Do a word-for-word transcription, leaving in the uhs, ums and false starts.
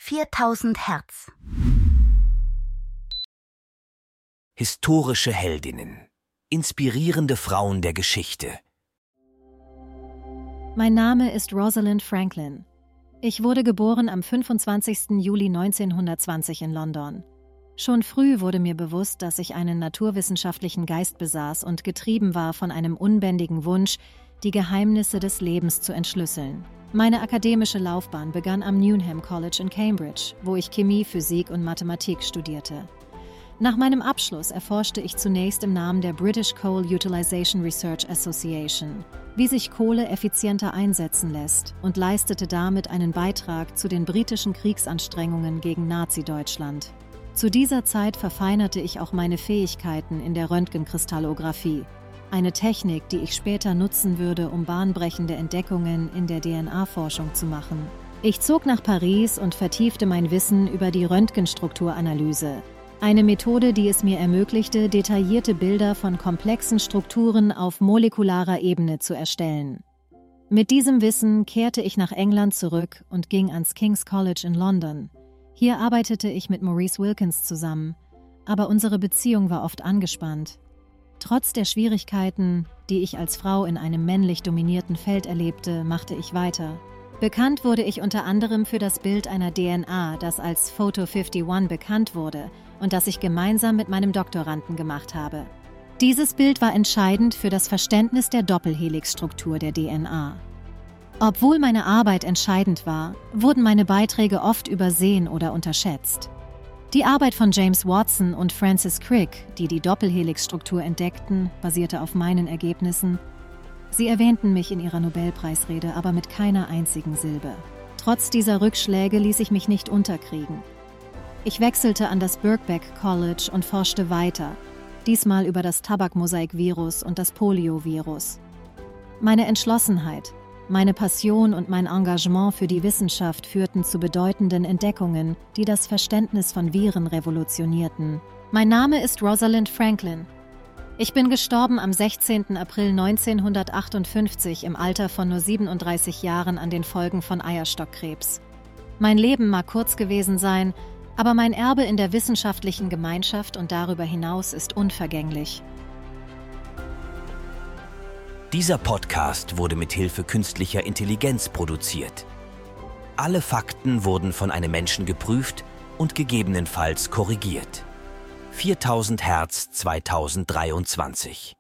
viertausend Hertz. Historische Heldinnen. Inspirierende Frauen der Geschichte. Mein Name ist Rosalind Franklin. Ich wurde geboren am fünfundzwanzigsten Juli neunzehnhundertzwanzig in London. Schon früh wurde mir bewusst, dass ich einen naturwissenschaftlichen Geist besaß und getrieben war von einem unbändigen Wunsch, die Geheimnisse des Lebens zu entschlüsseln. Meine akademische Laufbahn begann am Newnham College in Cambridge, wo ich Chemie, Physik und Mathematik studierte. Nach meinem Abschluss erforschte ich zunächst im Namen der British Coal Utilisation Research Association, wie sich Kohle effizienter einsetzen lässt, und leistete damit einen Beitrag zu den britischen Kriegsanstrengungen gegen Nazi-Deutschland. Zu dieser Zeit verfeinerte ich auch meine Fähigkeiten in der Röntgenkristallographie, eine Technik, die ich später nutzen würde, um bahnbrechende Entdeckungen in der D N A-Forschung zu machen. Ich zog nach Paris und vertiefte mein Wissen über die Röntgenstrukturanalyse, eine Methode, die es mir ermöglichte, detaillierte Bilder von komplexen Strukturen auf molekularer Ebene zu erstellen. Mit diesem Wissen kehrte ich nach England zurück und ging ans King's College in London. Hier arbeitete ich mit Maurice Wilkins zusammen, aber unsere Beziehung war oft angespannt. Trotz der Schwierigkeiten, die ich als Frau in einem männlich dominierten Feld erlebte, machte ich weiter. Bekannt wurde ich unter anderem für das Bild einer D N A, das als Photo einundfünfzig bekannt wurde und das ich gemeinsam mit meinem Doktoranden gemacht habe. Dieses Bild war entscheidend für das Verständnis der Doppelhelixstruktur der D N A. Obwohl meine Arbeit entscheidend war, wurden meine Beiträge oft übersehen oder unterschätzt. Die Arbeit von James Watson und Francis Crick, die die Doppelhelixstruktur entdeckten, basierte auf meinen Ergebnissen. Sie erwähnten mich in ihrer Nobelpreisrede, aber mit keiner einzigen Silbe. Trotz dieser Rückschläge ließ ich mich nicht unterkriegen. Ich wechselte an das Birkbeck College und forschte weiter, diesmal über das Tabakmosaikvirus und das Poliovirus. Meine Entschlossenheit, meine Passion und mein Engagement für die Wissenschaft führten zu bedeutenden Entdeckungen, die das Verständnis von Viren revolutionierten. Mein Name ist Rosalind Franklin. Ich bin gestorben am sechzehnten April neunzehnhundertachtundfünfzig im Alter von nur siebenunddreißig Jahren an den Folgen von Eierstockkrebs. Mein Leben mag kurz gewesen sein, aber mein Erbe in der wissenschaftlichen Gemeinschaft und darüber hinaus ist unvergänglich. Dieser Podcast wurde mit Hilfe künstlicher Intelligenz produziert. Alle Fakten wurden von einem Menschen geprüft und gegebenenfalls korrigiert. viertausend Hertz zweitausenddreiundzwanzig